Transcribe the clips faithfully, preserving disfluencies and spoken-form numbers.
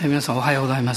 皆さんおはようございます。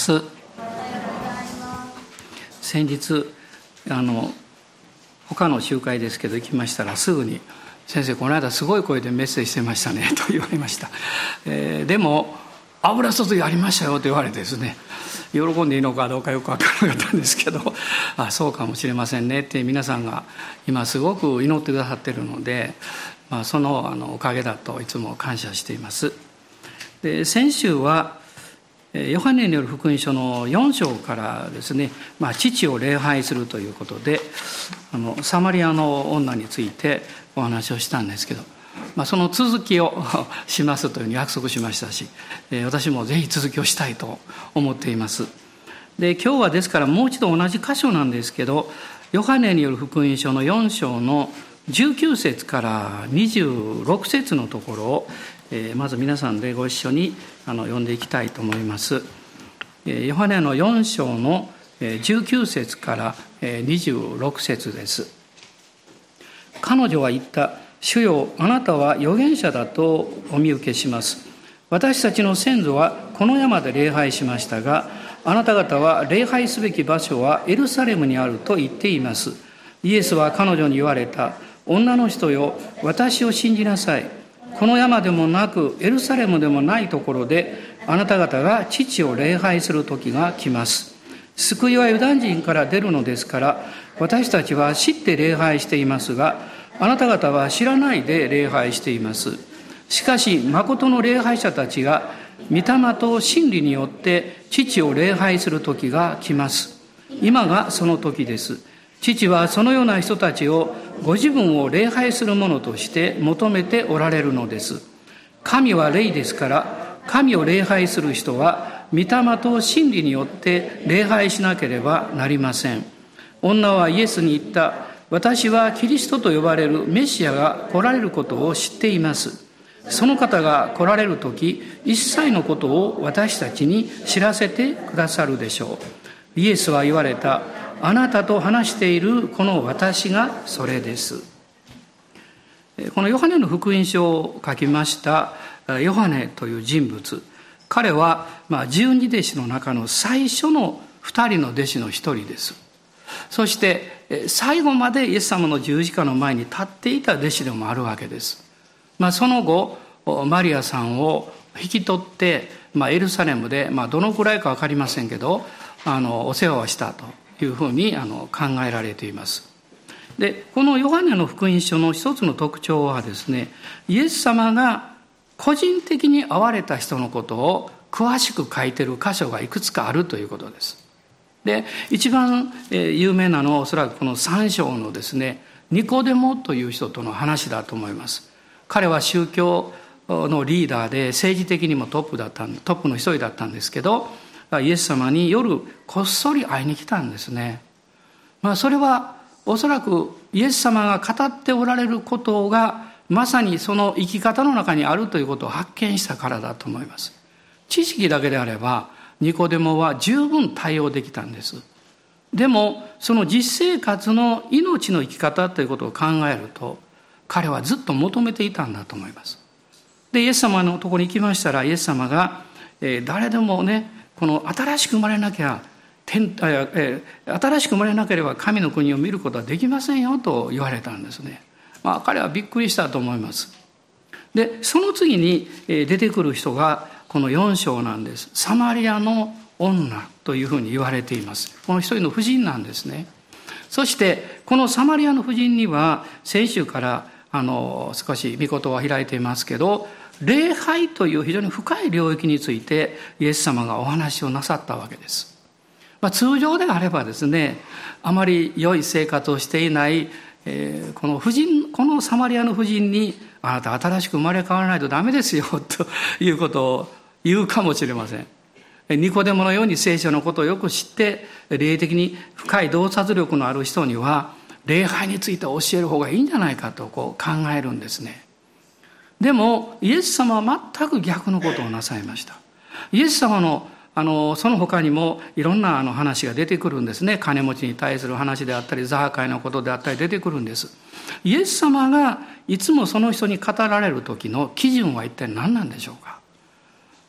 先日あの他の集会ですけど行きましたら、すぐに先生この間すごい声でメッセージしてましたねと言われました、えー、でも油注ぎありましたよと言われてですね、喜んでいいのかどうかよく分からなかったんですけど、あそうかもしれませんねって皆さんが今すごく祈ってくださっているので、まあ、その、あのおかげだといつも感謝しています。で先週はヨハネによる福音書のよん章からですね、まあ、父を礼拝するということで、あのサマリアの女についてお話をしたんですけど、まあ、その続きをしますというふうに約束しましたし、私もぜひ続きをしたいと思っています。で今日はですからもう一度同じ箇所なんですけど、ヨハネによる福音書のよん章のじゅうきゅう節からにじゅうろく節のところをまず皆さんでご一緒に読んでいきたいと思います。ヨハネのよん章のじゅうきゅう節からにじゅうろく節です。彼女は言った。主よ、あなたは預言者だとお見受けします。私たちの先祖はこの山で礼拝しましたが、あなた方は礼拝すべき場所はエルサレムにあると言っています。イエスは彼女に言われた。女の人よ、私を信じなさい。この山でもなくエルサレムでもないところであなた方が父を礼拝する時が来ます。救いはユダヤ人から出るのですから、私たちは知って礼拝していますが、あなた方は知らないで礼拝しています。しかし誠の礼拝者たちが御霊と真理によって父を礼拝する時が来ます。今がその時です。父はそのような人たちをご自分を礼拝するものとして求めておられるのです。神は霊ですから、神を礼拝する人は御霊と真理によって礼拝しなければなりません。女はイエスに言った。私はキリストと呼ばれるメシアが来られることを知っています。その方が来られるとき、一切のことを私たちに知らせてくださるでしょう。イエスは言われた。あなたと話しているこの私がそれです。このヨハネの福音書を書きましたヨハネという人物、彼はまあ十二弟子の中の最初の二人の弟子の一人です。そして最後までイエス様の十字架の前に立っていた弟子でもあるわけです。まあ、その後マリアさんを引き取って、まあ、エルサレムで、まあ、どのくらいか分かりませんけどあのお世話をしたというふうにあの考えられています。でこのヨハネの福音書の一つの特徴はですね、イエス様が個人的に会われた人のことを詳しく書いている箇所がいくつかあるということです。で一番有名なのはおそらくこのさん章のですね、ニコデモという人との話だと思います。彼は宗教のリーダーで政治的にもトップだったトップの一人だったんですけど、イエス様に夜こっそり会いに来たんですね。まあ、それはおそらくイエス様が語っておられることがまさにその生き方の中にあるということを発見したからだと思います。知識だけであればニコデモは十分対応できたんです。でもその実生活の命の生き方ということを考えると、彼はずっと求めていたんだと思います。でイエス様のところに行きましたら、イエス様が、えー、誰でもねこの新しく生まれなきゃ天、えー、新しく生まれなければ神の国を見ることはできませんよと言われたんですね。まあ、彼はびっくりしたと思います。でその次に出てくる人がこのよん章なんです。サマリアの女というふうに言われています。この一人の婦人なんですね。そしてこのサマリアの婦人には先週からあの少し御言葉を開いていますけど、礼拝という非常に深い領域についてイエス様がお話をなさったわけです。まあ、通常であればですね、あまり良い生活をしていない、えー、この婦人このサマリアの婦人にあなた新しく生まれ変わらないとダメですよということを言うかもしれません。ニコデモのように聖書のことをよく知って霊的に深い洞察力のある人には礼拝について教える方がいいんじゃないかとこう考えるんですね。でもイエス様は全く逆のことをなさいました。イエス様のあのその他にもいろんなあの話が出てくるんですね。金持ちに対する話であったり、ザーカイのことであったり出てくるんです。イエス様がいつもその人に語られる時の基準は一体何なんでしょうか。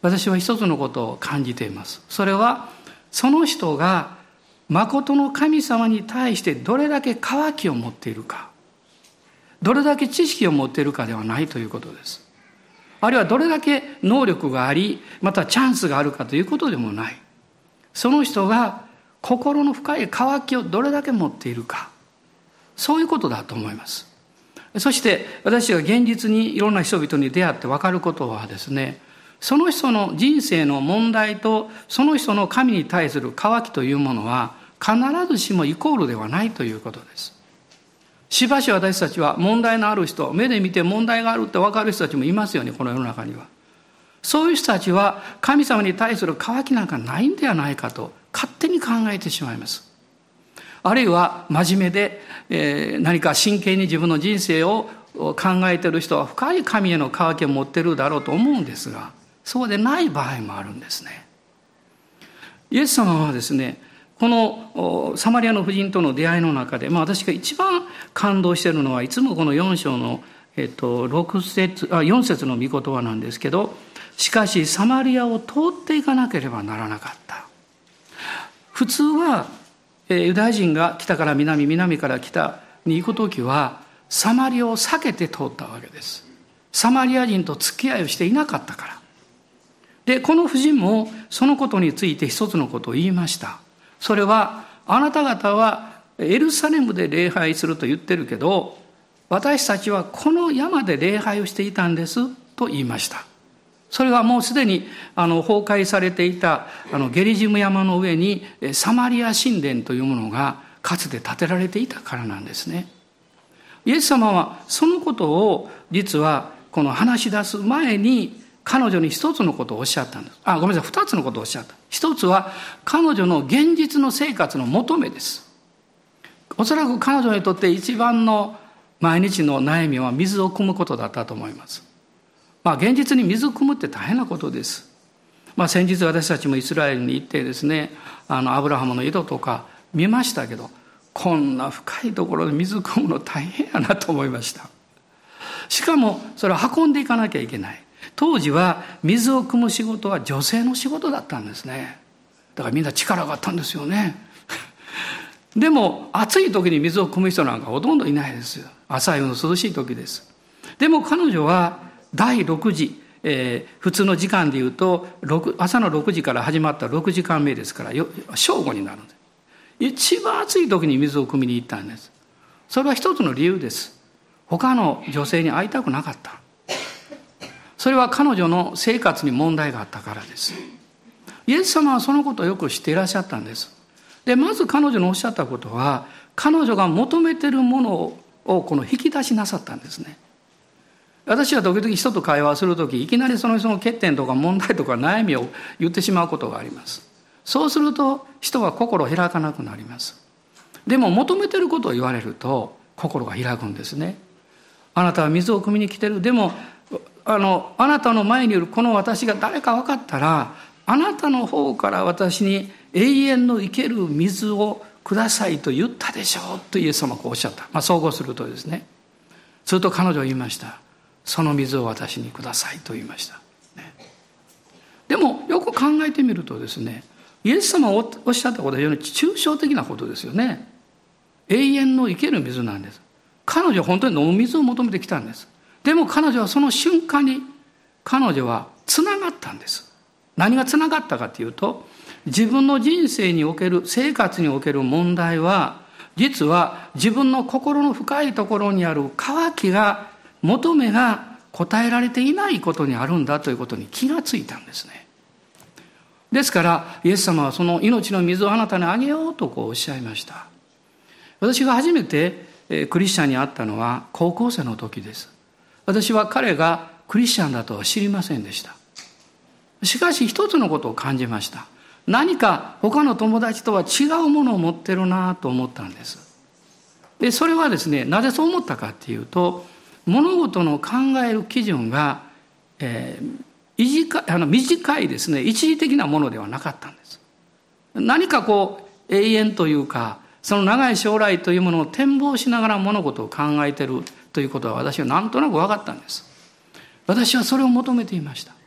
私は一つのことを感じています。それはその人が誠の神様に対してどれだけ渇きを持っているか、どれだけ知識を持っているかではないということです。あるいはどれだけ能力があり、またチャンスがあるかということでもない。その人が心の深い渇きをどれだけ持っているか、そういうことだと思います。そして私が現実にいろんな人々に出会って分かることはですね、その人の人生の問題とその人の神に対する渇きというものは必ずしもイコールではないということです。しばし私たちは問題のある人、目で見て問題があるって分かる人たちもいますよね、この世の中には。そういう人たちは神様に対する渇きなんかないんではないかと勝手に考えてしまいます。あるいは真面目で、えー、何か真剣に自分の人生を考えている人は深い神への渇きを持っているだろうと思うんですが、そうでない場合もあるんですね。イエス様はですね、このサマリアの婦人との出会いの中で、まあ、私が一番感動しているのはいつもこのよん章の、えっと、ろく節あよん節の御言葉なんですけど、しかしサマリアを通っていかなければならなかった。普通はユダヤ人が北から南、南から北に行くときはサマリアを避けて通ったわけです。サマリア人と付き合いをしていなかったから。で、この婦人もそのことについて一つのことを言いました。それは、あなた方はエルサレムで礼拝すると言ってるけど、私たちはこの山で礼拝をしていたんですと言いました。それはもうすでにあの崩壊されていたあのゲリジム山の上にサマリア神殿というものがかつて建てられていたからなんですね。イエス様はそのことを実はこの話し出す前に彼女に一つのことをおっしゃったんです。あ、ごめんなさい、二つのことをおっしゃった。一つは彼女の現実の生活の求めです。おそらく彼女にとって一番の毎日の悩みは水を汲むことだったと思います。まあ現実に水を汲むって大変なことです。まあ先日私たちもイスラエルに行ってですね、あのアブラハムの井戸とか見ましたけど、こんな深いところで水汲むの大変やなと思いました。しかもそれを運んでいかなきゃいけない。当時は水を汲む仕事は女性の仕事だったんですね。だからみんな力があったんですよね。でも暑い時に水を汲む人なんかほとんどいないですよ。朝夕の涼しい時です。でも彼女はだいろくじ、えー、普通の時間でいうと朝のろくじから始まったろくじかんめですから正午になるんです。一番暑い時に水を汲みに行ったんです。それは一つの理由です。他の女性に会いたくなかった。それは彼女の生活に問題があったからです。イエス様はそのことをよく知っていらっしゃったんです。で、まず彼女のおっしゃったことは、彼女が求めているものをこの引き出しなさったんですね。私は時々人と会話をするとき、いきなりその人の欠点とか問題とか悩みを言ってしまうことがあります。そうすると人は心を開かなくなります。でも求めていることを言われると心が開くんですね。あなたは水を汲みに来てる。でもあのあなたの前にいるこの私が誰か分かったら、あなたの方から私に永遠の生ける水をくださいと言ったでしょうとイエス様がおっしゃった。まあ総合するとですね。すると彼女は言いました。その水を私にくださいと言いました。ね、でもよく考えてみるとですね、イエス様がおっしゃったことは非常に抽象的なことですよね。永遠の生ける水なんです。彼女は本当に飲む水を求めてきたんです。でも彼女はその瞬間に彼女はつながったんです。何がつながったかというと、自分の人生における生活における問題は実は自分の心の深いところにある渇きが求めが答えられていないことにあるんだということに気がついたんですね。ですからイエス様はその命の水をあなたにあげようとこうおっしゃいました。私が初めてクリスチャンに会ったのは高校生の時です。私は彼がクリスチャンだとは知りませんでした。しかし一つのことを感じました。何か他の友達とは違うものを持ってるなと思ったんです。で、それはですね、なぜそう思ったかっていうと、物事の考える基準が、えー、短い、あの短いですね、一時的なものではなかったんです。何かこう永遠というか、その長い将来というものを展望しながら物事を考えているということは私はなんとなく分かったんです。私はそれを求めていました。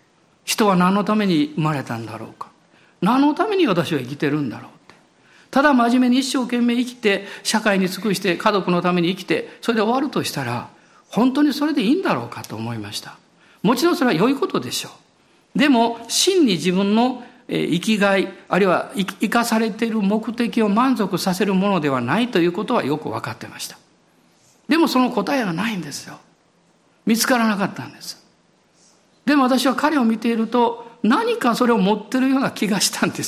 人は何のために生まれたんだろうか。何のために私は生きてるんだろうって。ただ真面目に一生懸命生きて、社会に尽くして家族のために生きて、それで終わるとしたら、本当にそれでいいんだろうかと思いました。もちろんそれは良いことでしょう。でも真に自分の生きがい、あるいは生かされている目的を満足させるものではないということはよく分かってました。でもその答えがないんですよ。見つからなかったんです。でも私は彼を見ていると、何かそれを持っているような気がしたんです。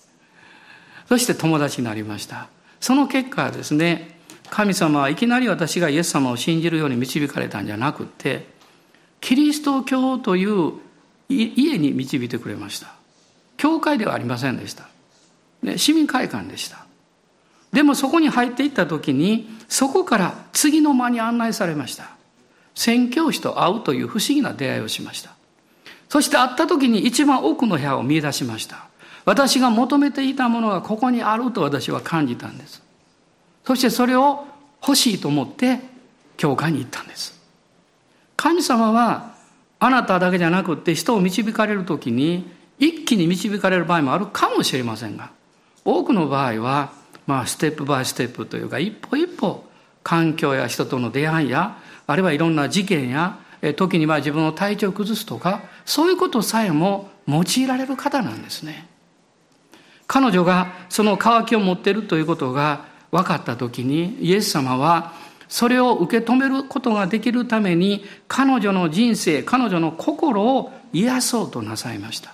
そして友達になりました。その結果はですね、神様はいきなり私がイエス様を信じるように導かれたんじゃなくて、キリスト教という家に導いてくれました。教会ではありませんでした。市民会館でした。でもそこに入っていった時に、そこから次の間に案内されました。宣教師と会うという不思議な出会いをしました。そして会った時に一番奥の部屋を見出しました。私が求めていたものがここにあると私は感じたんです。そしてそれを欲しいと思って教会に行ったんです。神様はあなただけじゃなくって人を導かれる時に一気に導かれる場合もあるかもしれませんが、多くの場合はまあステップバイステップというか、一歩一歩環境や人との出会いや、あるいはいろんな事件や時には自分の体調を崩すとか、そういうことさえも用いられる方なんですね。彼女がその渇きを持っているということが分かった時に、イエス様はそれを受け止めることができるために、彼女の人生、彼女の心を癒そうとなさいました。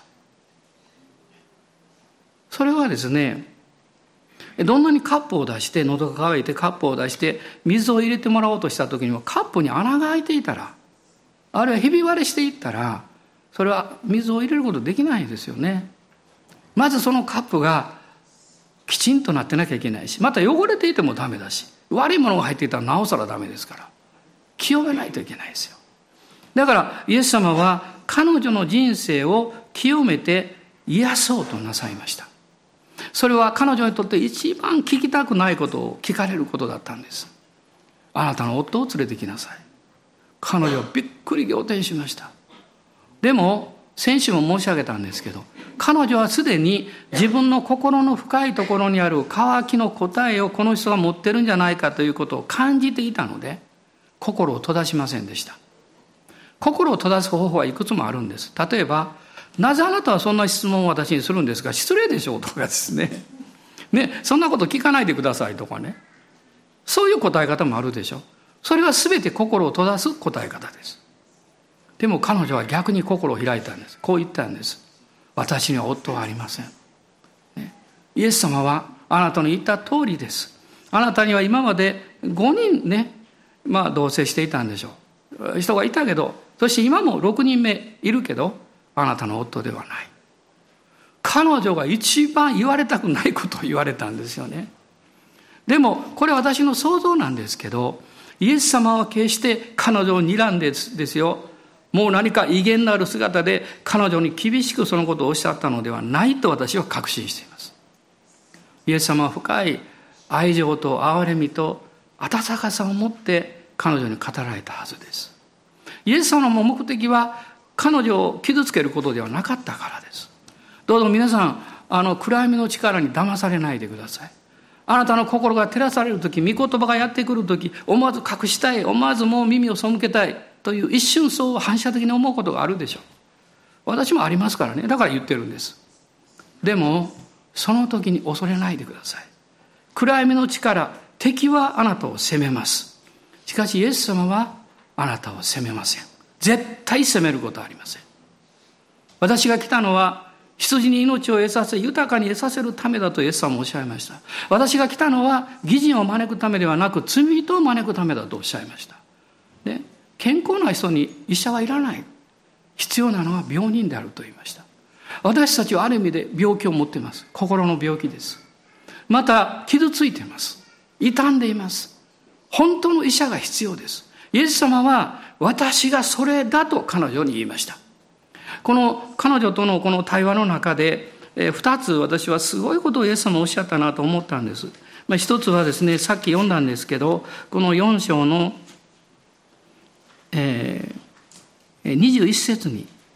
それはですね、どんなにカップを出して、喉が渇いてカップを出して水を入れてもらおうとした時にも、カップに穴が開いていたら、あるいはひび割れしていったら、それは水を入れることできないですよね。まずそのカップがきちんとなってなきゃいけないし、また汚れていてもダメだし、悪いものが入っていたらなおさらダメですから、清めないといけないですよ。だからイエス様は彼女の人生を清めて癒そうとなさいました。それは彼女にとって一番聞きたくないことを聞かれることだったんです。あなたの夫を連れてきなさい。彼女はびっくり仰天しました。でも先週も申し上げたんですけど、彼女はすでに自分の心の深いところにある渇きの答えをこの人が持ってるんじゃないかということを感じていたので、心を閉ざしませんでした。心を閉ざす方法はいくつもあるんです。例えば、なぜあなたはそんな質問を私にするんですか、失礼でしょうとかですね。ね、そんなこと聞かないでくださいとかね。そういう答え方もあるでしょ。それは全て心を閉ざす答え方です。でも彼女は逆に心を開いたんです。こう言ったんです。私には夫はありません。ね、イエス様はあなたの言った通りです。あなたには今までごにんね、まあ同棲していたんでしょう。人がいたけど、そして今もろくにんめいるけど、あなたの夫ではない。彼女が一番言われたくないことを言われたんですよね。でもこれは私の想像なんですけど、イエス様は決して彼女を睨んでですよ、もう何か威厳のある姿で彼女に厳しくそのことをおっしゃったのではないと私は確信しています。イエス様は深い愛情と憐れみと温かさを持って彼女に語られたはずです。イエス様の目的は彼女を傷つけることではなかったからです。どうぞ皆さん、あの暗闇の力に騙されないでください。あなたの心が照らされるとき、御言葉がやってくるとき、思わず隠したい、思わずもう耳を背けたいという一瞬そう反射的に思うことがあるでしょう。私もありますからね。だから言ってるんです。でもその時に恐れないでください。暗闇の力、敵はあなたを責めます。しかしイエス様はあなたを責めません。絶対責めることはありません。私が来たのは羊に命を得させ、豊かに得させるためだとイエス様もおっしゃいました。私が来たのは義人を招くためではなく、罪人を招くためだとおっしゃいました。で、健康な人に医者はいらない。必要なのは病人であると言いました。私たちはある意味で病気を持っています。心の病気です。また傷ついています。傷んでいます。本当の医者が必要です。イエス様は私がそれだと彼女に言いました。この彼女とのこの対話の中で二つ私はすごいことをイエス様おっしゃったなと思ったんです。まあ、一つはですね、さっき読んだんですけど、このよん章の、えー、にじゅういち節に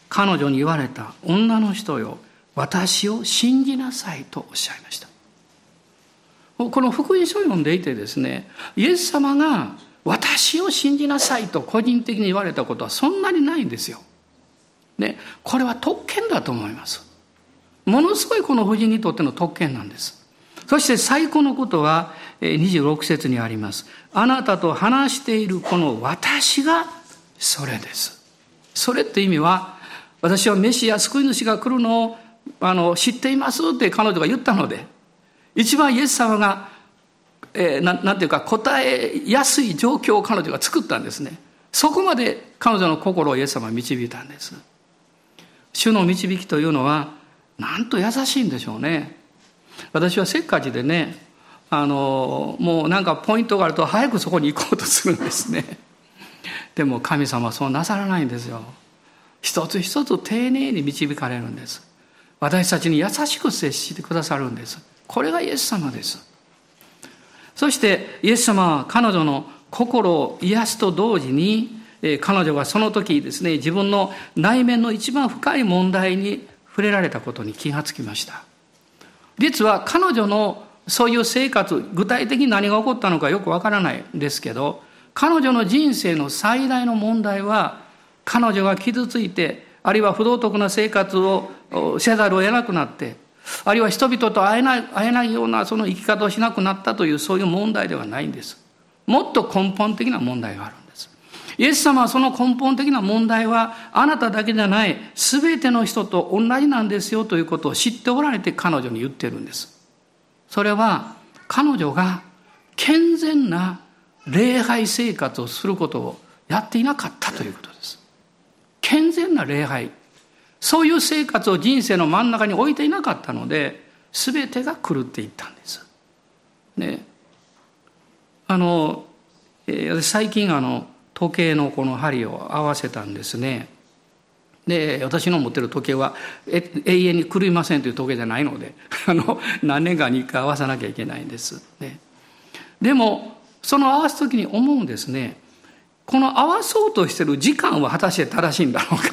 彼女に言われた。女の人よ、私を信じなさいとおっしゃいました。この福音書を読んでいてですね、イエス様が私を信じなさいと個人的に言われたことはそんなにないんですよ。ね、これは特権だと思います。ものすごいこの婦人にとっての特権なんです。そして最高のことはにじゅうろく節にあります。あなたと話しているこの私がそれです。それって意味は、私はメシア救い主が来るのをあの知っていますって彼女が言ったので、一番イエス様が、えー、な, なんていうか答えやすい状況を彼女が作ったんですね。そこまで彼女の心をイエス様は導いたんです。主の導きというのはなんと優しいんでしょうね。私はせっかちでね、あのもうなんかポイントがあると早くそこに行こうとするんですね。でも神様はそうなさらないんですよ。一つ一つ丁寧に導かれるんです。私たちに優しく接してくださるんです。これがイエス様です。そしてイエス様は彼女の心を癒すと同時に、彼女がその時ですね、自分の内面の一番深い問題に触れられたことに気がつきました。実は彼女のそういう生活、具体的に何が起こったのかよくわからないんですけど、彼女の人生の最大の問題は、彼女が傷ついて、あるいは不道徳な生活をせざるを得なくなって、あるいは人々と会えない、会えないようなその生き方をしなくなったという、そういう問題ではないんです。もっと根本的な問題があるんです。イエス様はその根本的な問題は、あなただけじゃない、すべての人と同じなんですよということを知っておられて彼女に言ってるんです。それは、彼女が健全な礼拝生活をすることをやっていなかったということです。健全な礼拝。そういう生活を人生の真ん中に置いていなかったので、すべてが狂っていったんです。ね。あの、えー、最近あの、時計のこの針を合わせたんですね。で、私の持ってる時計は永遠に狂いませんという時計じゃないので、あの、何年かに一回合わさなきゃいけないんです。ね。でも、その合わす時に思うんですね。この合わそうとしてる時間は果たして正しいんだろうかって。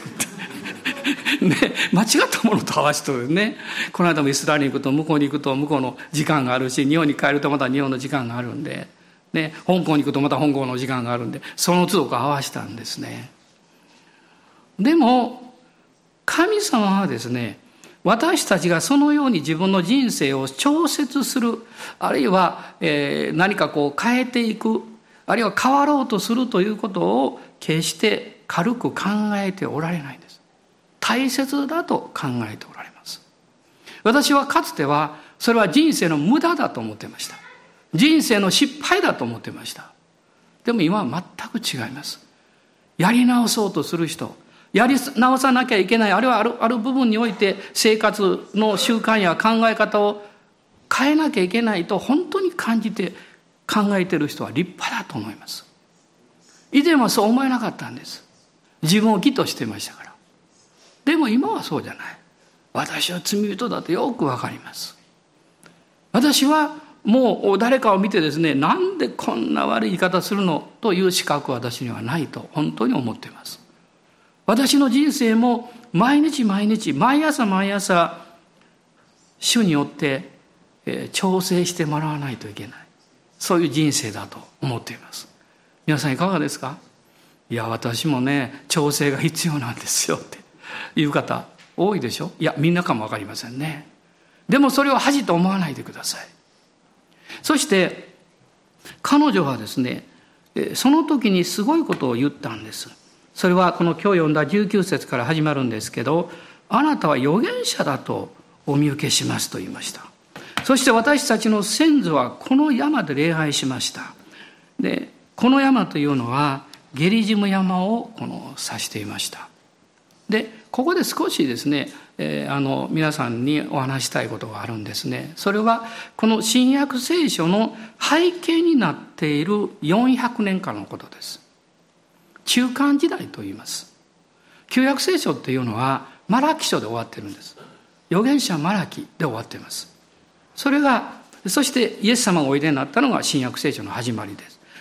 ね、間違ったものと合わせてるね。この間もイスラエルに行くと向こうに行くと向こうの時間があるし、日本に帰るとまた日本の時間があるんで、ね、香港に行くとまた香港の時間があるんで、その都度合わせたんですね。でも、神様はですね、私たちがそのように自分の人生を調節する、あるいは、えー、何かこう変えていく、あるいは変わろうとするということを決して軽く考えておられないんです。大切だと考えておられます。私はかつてはそれは人生の無駄だと思っていました。人生の失敗だと思っていました。でも今は全く違います。やり直そうとする人、やり直さなきゃいけない、あるいはある、ある部分において生活の習慣や考え方を変えなきゃいけないと本当に感じて考えている人は立派だと思います。以前はそう思えなかったんです。自分を義としていましたから。でも今はそうじゃない。私は罪人だとよくわかります。私はもう誰かを見てですね、なんでこんな悪い言い方するのという資格は私にはないと本当に思っています。私の人生も毎日毎日、毎朝毎朝、主によって、えー、調整してもらわないといけない。そういう人生だと思っています。皆さんいかがですか？いや、私もね、調整が必要なんですよっていう方多いでしょ？いや、みんなかもわかりませんね。でもそれを恥と思わないでください。そして彼女はですね、その時にすごいことを言ったんです。それはこの今日読んだじゅうきゅう節から始まるんですけど、あなたは預言者だとお見受けしますと言いました。そして私たちの先祖はこの山で礼拝しました。で、この山というのはゲリジム山をこの指していました。で、ここで少しですね、えー、あの皆さんにお話したいことがあるんですね。それはこの新約聖書の背景になっているよんひゃくねんかんのことです。中間時代と言います。旧約聖書っていうのはマラキ書で終わってるんです。預言者マラキで終わっています。それが、そしてイエス様がおいでになったのが新約聖書の始まりです。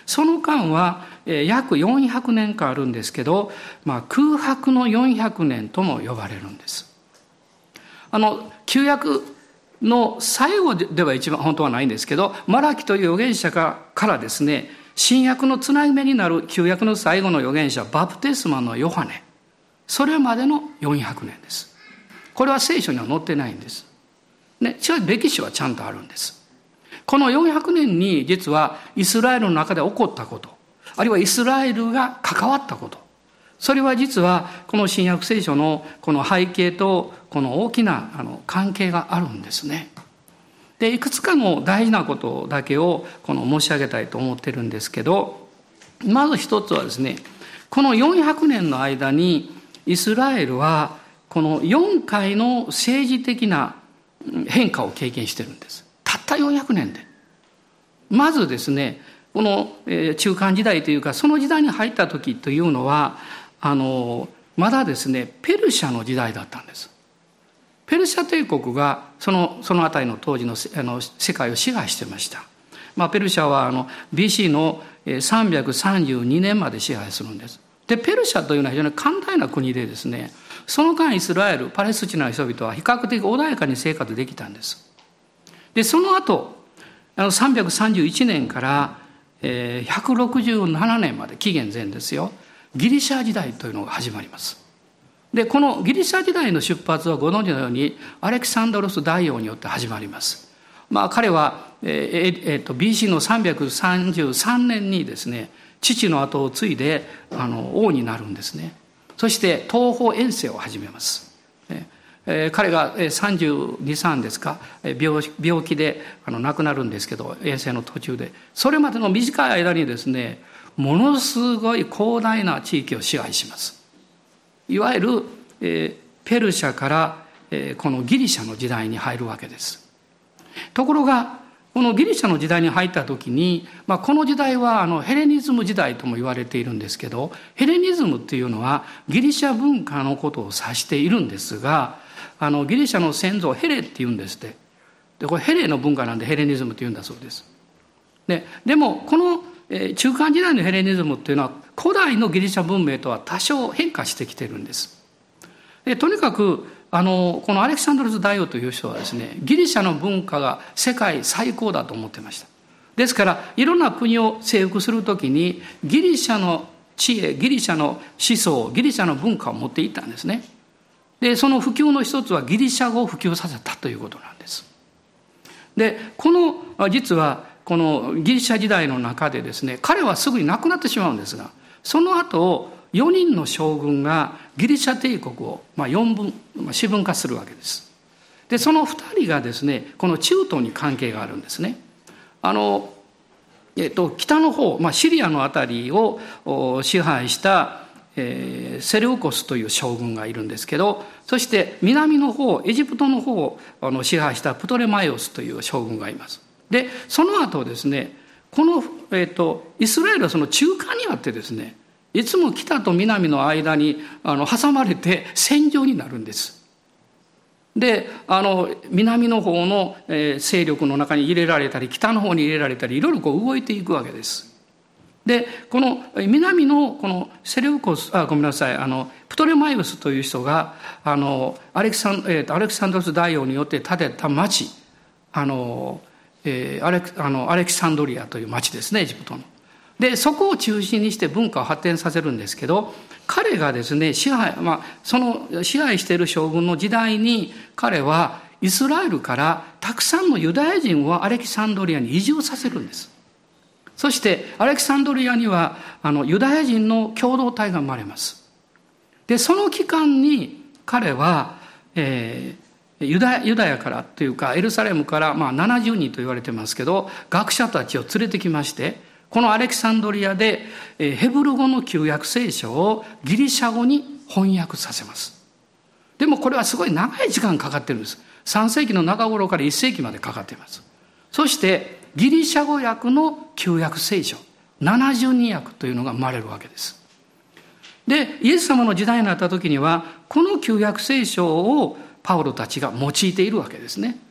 その間は約よんひゃくねんかんあるんですけど、まあ、空白のよんひゃくねんとも呼ばれるんです。あの旧約の最後では一番本当はないんですけど、マラキという預言者からですね、新約のつなぎ目になる旧約の最後の預言者バプテスマのヨハネ、それまでのよんひゃくねんです。これは聖書には載ってないんです、ね、違う歴史はちゃんとあるんです。このよんひゃくねんに実はイスラエルの中で起こったこと、あるいはイスラエルが関わったこと、それは実はこの新約聖書のこの背景とこの大きなあの関係があるんですね。でいくつかの大事なことだけをこの申し上げたいと思ってるんですけど、まず一つはですね、このよんひゃくねんの間にイスラエルはこのよんかいの政治的な変化を経験してるんです。たったよんひゃくねんで。まずですね、この中間時代というか、その時代に入った時というのはあのまだですねペルシャの時代だったんです。ペルシャ帝国がそのその辺りの当時 の, あの世界を支配してました。まあ、ペルシャはあの ビーシー のさんびゃくさんじゅうにねんまで支配するんです。でペルシャというのは非常に寛大な国でですね、その間イスラエルパレスチナの人々は比較的穏やかに生活できたんです。でその後あのさんびゃくさんじゅういちねんからひゃくろくじゅうななねんまで、紀元前ですよ、ギリシャ時代というのが始まります。でこのギリシャ時代の出発はご存知のようにアレキサンドロス大王によって始まります。まあ、彼は、えーえー、と ビーシー のさんびゃくさんじゅうさんねんにですね、父の後を継いであの王になるんですね。そして東方遠征を始めます。えー、彼がさんじゅうに、さんですか、 病, 病気であの亡くなるんですけど、遠征の途中でそれまでの短い間にですね、ものすごい広大な地域を支配します。いわゆる、えー、ペルシャから、えー、このギリシャの時代に入るわけです。ところがこのギリシャの時代に入った時に、まあ、この時代はあのヘレニズム時代とも言われているんですけど、ヘレニズムっていうのはギリシャ文化のことを指しているんですが、あのギリシャの先祖をヘレって言うんですって。でこれヘレの文化なんでヘレニズムって言うんだそうです。で, でもこの、えー、中間時代のヘレニズムっていうのは古代のギリシャ文明とは多少変化してきてるんです。でとにかくあのこのアレキサンドロス大王という人はですね、ギリシャの文化が世界最高だと思ってました。ですからいろんな国を征服するときにギリシャの知恵、ギリシャの思想、ギリシャの文化を持っていったんですね。でその普及の一つはギリシャ語を普及させたということなんです。でこの実はこのギリシャ時代の中でですね、彼はすぐに亡くなってしまうんですが、その後よにんの将軍がギリシャ帝国をよんぶん、四分化するわけです。でそのふたりがですね、この中東に関係があるんですね。あの、えっと、北の方、まあ、シリアのあたりを支配した、えー、セレウコスという将軍がいるんですけど、そして南の方、エジプトの方をあの支配したプトレマイオスという将軍がいます。でその後ですね、この、えっと、イスラエルはその中間にあってですね、いつも北と南の間にあの挟まれて戦場になるんです。であの南の方の、えー、勢力の中に入れられたり、北の方に入れられたり、いろいろこう動いていくわけです。でこの南のこのセレウコス、あごめんなさい、あのプトレマイオスという人があのアレキサン、えー、アレキサンドロス大王によって建てた町、あの、えー、アレあのアレキサンドリアという町ですね、エジプトの。でそこを中心にして文化を発展させるんですけど、彼がですね支配、まあ、その支配している将軍の時代に彼はイスラエルからたくさんのユダヤ人をアレキサンドリアに移住させるんです。そしてアレキサンドリアにはあのユダヤ人の共同体が生まれます。でその期間に彼は、えー、ユダヤ、ユダヤからというかエルサレムから、まあ、ななじゅうにんと言われてますけど、学者たちを連れてきまして、このアレキサンドリアでヘブル語の旧約聖書をギリシャ語に翻訳させます。でもこれはすごい長い時間かかってるんです。さんせいきの中頃からいっせいきまでかかっています。そしてギリシャ語訳の旧約聖書ななじゅうにわくというのが生まれるわけです。でイエス様の時代になった時にはこの旧約聖書をパウロたちが用いているわけですね。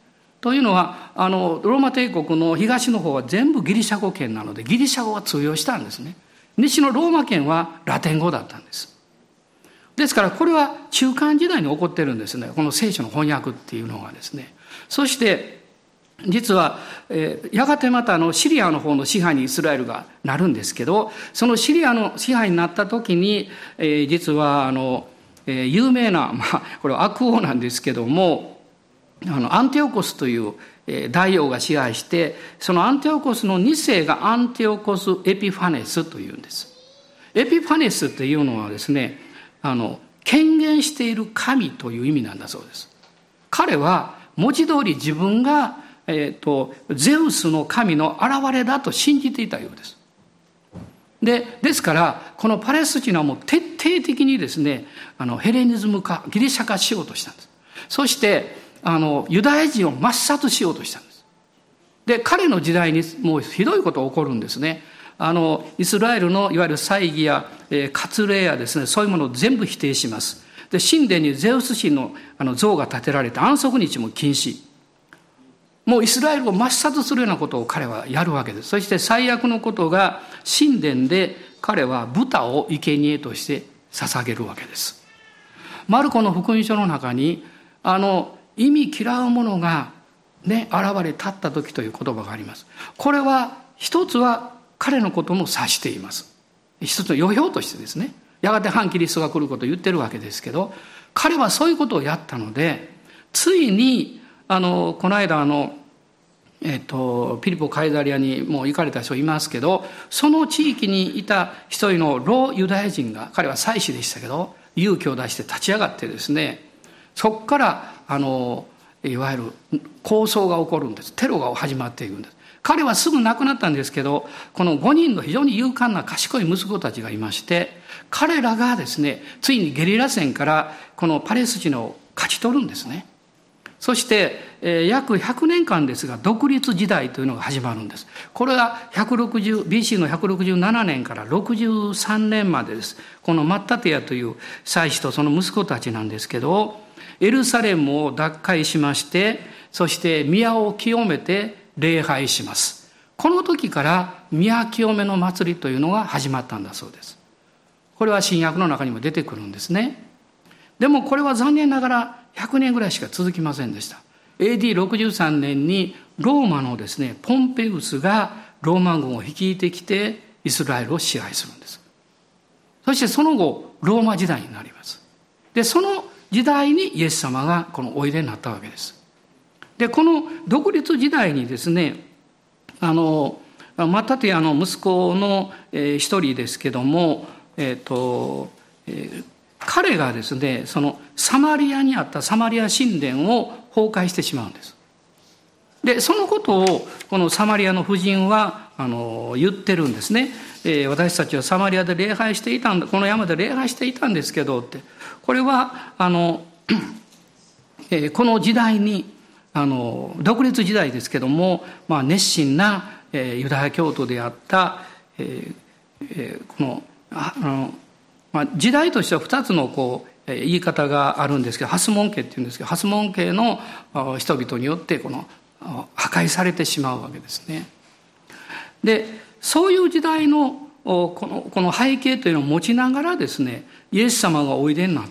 というのはあのローマ帝国の東の方は全部ギリシャ語圏なのでギリシャ語が通用したんですね。西のローマ圏はラテン語だったんです。ですからこれは中間時代に起こってるんですね、この聖書の翻訳っていうのがですね。そして実は、えー、やがてまたあのシリアの方の支配にイスラエルがなるんですけど、そのシリアの支配になった時に、えー、実はあの、えー、有名な、まあ、これは悪王なんですけども、あのアンティオコスという、えー、大王が支配して、そのアンティオコスのに世がアンティオコス・エピファネスというんです。エピファネスというのはですね、あの権限している神という意味なんだそうです。彼は文字通り自分がえーと、ゼウスの神の現れだと信じていたようです。で、ですからこのパレスチナはもう徹底的にですね、あのヘレニズム化、ギリシャ化しようとしたんです。そしてあのユダヤ人を抹殺しようとしたんです。で、彼の時代にもうひどいことが起こるんですね。あのイスラエルのいわゆる祭儀や、えー、割礼やですね、そういうものを全部否定します。で、神殿にゼウス神の、あの像が建てられて安息日も禁止。もうイスラエルを抹殺するようなことを彼はやるわけです。そして最悪のことが、神殿で彼は豚を生贄として捧げるわけです。マルコの福音書の中に、あの意味嫌うものがね、現れ立った時という言葉があります。これは一つは彼のことも指しています。一つの予表としてですね、やがて反キリストが来ることを言ってるわけですけど、彼はそういうことをやったので、ついにあのこの間あの、えっと、ピリポ・カイザリアにもう行かれた人いますけど、その地域にいた一人の老ユダヤ人が、彼は祭司でしたけど、勇気を出して立ち上がってですね、そこからあのいわゆる抗争が起こるんです。テロが始まっていくんです。彼はすぐ亡くなったんですけど、このごにんの非常に勇敢な賢い息子たちがいまして、彼らがですね、ついにゲリラ戦からこのパレスチナを勝ち取るんですね。そして、えー、約ひゃくねんかんですが、独立時代というのが始まるんです。これは ビーシー のひゃくろくじゅうななねんからろくじゅうさんねんまでです。このマッタティアという祭司とその息子たちなんですけど、エルサレムを奪回しまして、そして宮を清めて礼拝します。この時から宮清めの祭りというのが始まったんだそうです。これは新約の中にも出てくるんですね。でもこれは残念ながらひゃくねんぐらいしか続きませんでした。エーディーろくじゅうさんねんにローマのですね、ポンペウスがローマ軍を率いてきてイスラエルを支配するんです。そしてその後ローマ時代になります。で、その時代にイエス様がこのおいでになったわけです。で、この独立時代にですね、あのマタティアの息子の、えー、一人ですけども、えっと、えー彼がですね、そのサマリアにあったサマリア神殿を崩壊してしまうんです。で、そのことをこのサマリアの婦人はあの言ってるんですね。えー、私たちはサマリアで礼拝していたんだ、この山で礼拝していたんですけどって。これはあの、えー、この時代にあの独立時代ですけども、まあ、熱心な、えー、ユダヤ教徒であった、えーえー、このあのまあ、時代としてはふたつのこう言い方があるんですけど、ハスモン家っていうんですけど、ハスモン家の人々によってこの破壊されてしまうわけですね。で、そういう時代のこの、この背景というのを持ちながらですね、イエス様がおいでになって、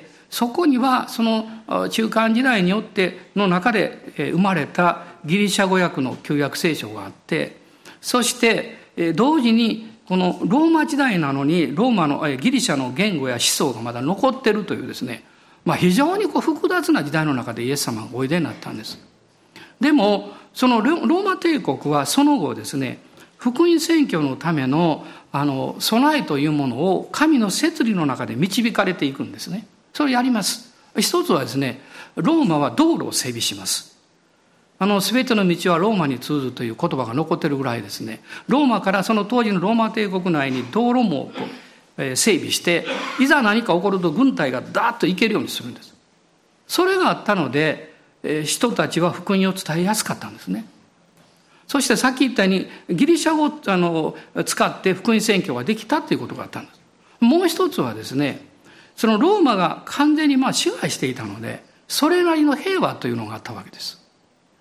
そこにはその中間時代によっての中で生まれたギリシャ語訳の旧約聖書があって、そして同時にこのローマ時代なのにローマのギリシャの言語や思想がまだ残っているというですね、まあ、非常にこう複雑な時代の中でイエス様がおいでになったんです。でもそのローマ帝国はその後ですね、福音宣教のためのあの備えというものを神の摂理の中で導かれていくんですね。それをやります。一つはですね、ローマは道路を整備します。あの全ての道はローマに通ずという言葉が残っているぐらいですね、ローマからその当時のローマ帝国内に道路もこう、えー、整備して、いざ何か起こると軍隊がダーッと行けるようにするんです。それがあったので、えー、人たちは福音を伝えやすかったんですね。そしてさっき言ったようにギリシャ語をあの使って福音宣教ができたということがあったんです。もう一つはですね、そのローマが完全にまあ支配していたので、それなりの平和というのがあったわけです。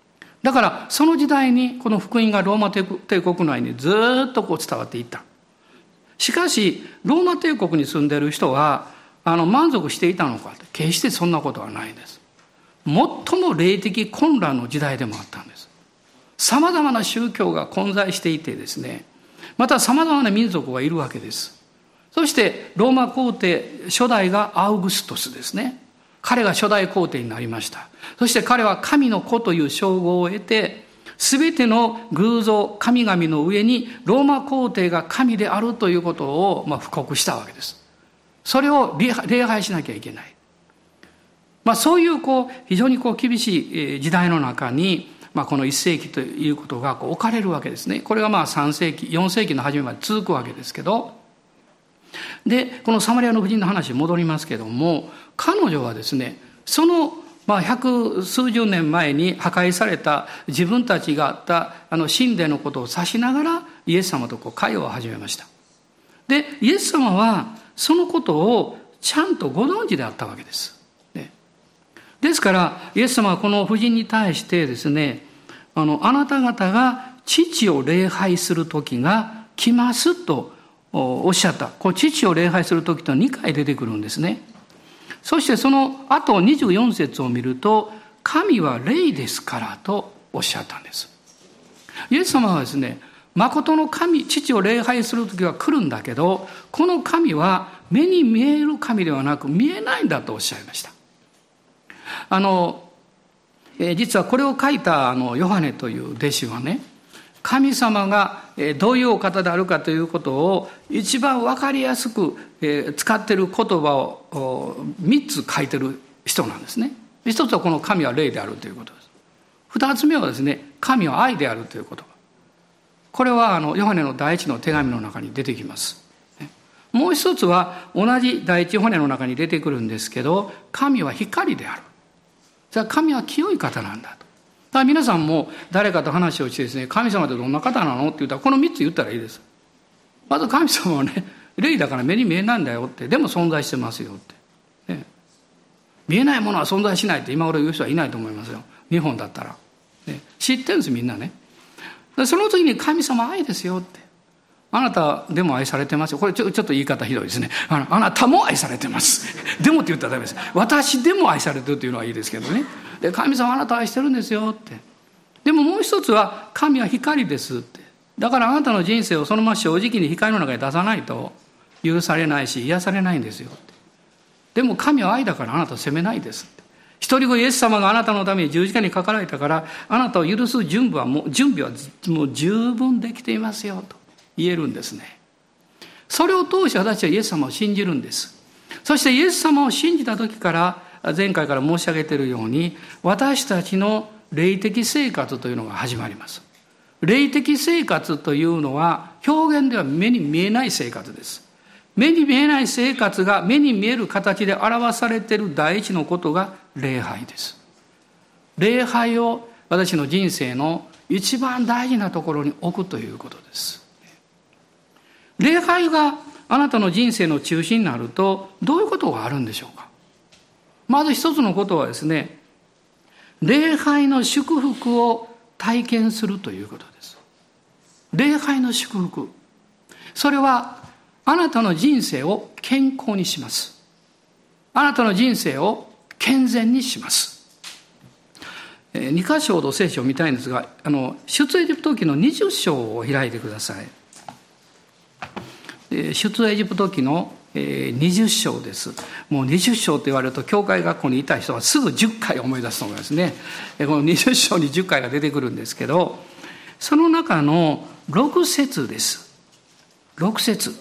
だからその時代にこの福音がローマ帝国内にずっとこう伝わっていった。しかしローマ帝国に住んでいる人はあの満足していたのか、決してそんなことはないです。最も霊的混乱の時代でもあったんです。さまざまな宗教が混在していてですね、またさまざまな民族がいるわけです。そしてローマ皇帝初代がアウグストスですね。彼が初代皇帝になりました。そして彼は神の子という称号を得て、すべての偶像神々の上にローマ皇帝が神であるということをまあ布告したわけです。それを礼拝しなきゃいけない。まあ、そういうこう非常にこう厳しい時代の中に、まあ、このいっ世紀ということがこう置かれるわけですね。これがまあさん世紀よん世紀の初めまで続くわけですけど、でこのサマリアの婦人の話に戻りますけども、彼女はですね、そのまあ百数十年前に破壊された自分たちがあったあの神殿のことを指しながらイエス様とこう会話を始めました。でイエス様はそのことをちゃんとご存知であったわけです。ですからイエス様はこの婦人に対してですね、あのあなた方が父を礼拝する時が来ますとおっしゃった。こう父を礼拝する時とにかい出てくるんですね。そしてその後にじゅうよん節を見ると、神は霊ですからとおっしゃったんです。イエス様はですね、誠の神、父を礼拝する時は来るんだけど、この神は目に見える神ではなく見えないんだとおっしゃいました。あの、えー、実はこれを書いたあのヨハネという弟子はね、神様がどういうお方であるかということを一番分かりやすく使っている言葉をみっつ書いてる人なんですね。一つはこの神は霊であるということです。二つ目はですね、神は愛であるという言葉。これはあのヨハネの第一の手紙の中に出てきます。もう一つは同じ第一ヨハネの中に出てくるんですけど、神は光である。じゃあ神は清い方なんだと。だから皆さんも誰かと話をしてですね、神様ってどんな方なのって言ったらこのみっつ言ったらいいです。まず神様はね、霊だから目に見えないんだよって、でも存在してますよって、ね、見えないものは存在しないって今頃言う人はいないと思いますよ、日本だったら、ね、知ってるんですみんなね。その時に神様愛ですよって、あなたでも愛されてますよ。これちょ、ちょっと言い方ひどいですね。あの、あなたも愛されてます。でもって言ったらダメです。私でも愛されてるっていうのはいいですけどね。で、神様あなた愛してるんですよって。でももう一つは神は光ですって。だからあなたの人生をそのまま正直に光の中に出さないと許されないし癒されないんですよって。でも神は愛だからあなたを責めないですって。一人子イエス様があなたのために十字架にかかられたからあなたを許す準備はもう準備はもう十分できていますよと言えるんですね。それを通して私はイエス様を信じるんです。そしてイエス様を信じた時から前回から申し上げているように私たちの霊的生活というのが始まります。霊的生活というのは表現では目に見えない生活です。目に見えない生活が目に見える形で表されている第一のことが礼拝です。礼拝を私の人生の一番大事なところに置くということです。礼拝があなたの人生の中心になるとどういうことがあるんでしょうか。まず一つのことはですね、礼拝の祝福を体験するということです。礼拝の祝福、それはあなたの人生を健康にします。あなたの人生を健全にします。に箇所ほど聖書を見たいんですが、あの出エジプト記のにじゅっ章を開いてください。出エジプト記のにじゅっ章です。もうにじゅっ章と言われると教会学校にいた人はすぐじゅっかい思い出すと思いますね。このにじゅっ章にじゅっかいが出てくるんですけど、その中のろく節です。ろく節。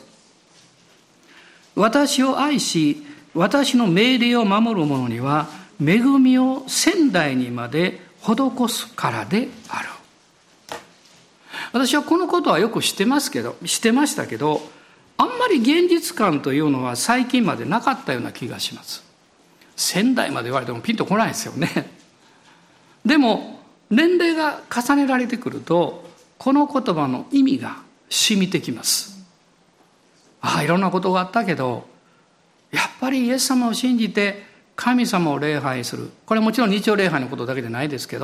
私を愛し私の命令を守る者には恵みを千代にまで施すからである。私はこのことはよく知ってますけど知ってましたけど、あんまり現実感というのは最近までなかったような気がします。千代まで言われてもピンとこないですよね。でも年齢が重ねられてくるとこの言葉の意味が染みてきます。ああ、いろんなことがあったけどやっぱりイエス様を信じて神様を礼拝する。これはもちろん日曜礼拝のことだけでないですけど、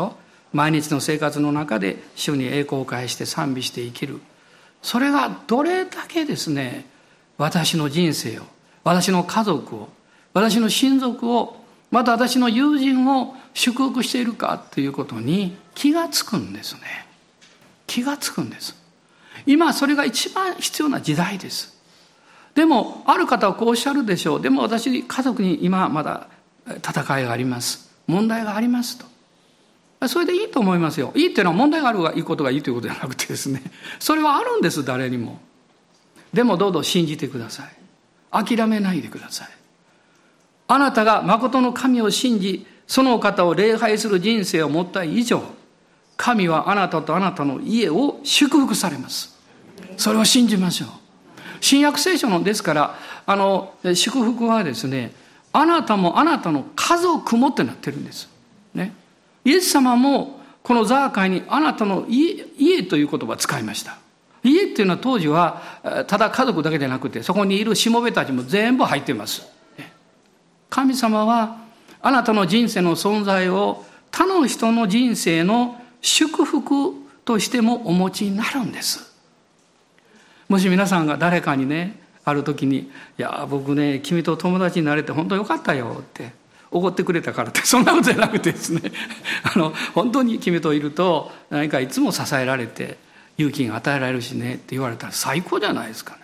毎日の生活の中で主に栄光を返して賛美して生きる。それがどれだけですね、私の人生を、私の家族を、私の親族を、また私の友人を祝福しているかということに気がつくんですね。気がつくんです。今それが一番必要な時代です。でもある方はこうおっしゃるでしょう。でも私家族に今まだ戦いがあります、問題がありますと。それでいいと思いますよ。いいっていうのは問題があるがいいことがいいということじゃなくてですね、それはあるんです、誰にも。でもどうぞ信じてください。諦めないでください。あなたが誠の神を信じ、その方を礼拝する人生を持った以上、神はあなたとあなたの家を祝福されます。それを信じましょう。新約聖書のですからあの祝福はですね、あなたもあなたの家族もってなってるんですね。イエス様もこのザーカイにあなたの 家, 家という言葉を使いました。家っていうのは当時はただ家族だけじゃなくて、そこにいるしもべたちも全部入っています。神様はあなたの人生の存在を他の人の人生の祝福としてもお持ちになるんです。もし皆さんが誰かにね、ある時に、いや僕ね君と友達になれて本当よかったよって怒ってくれたからって、そんなことじゃなくてですねあの本当に君といると何かいつも支えられて勇気が与えられるしねって言われたら最高じゃないですかね。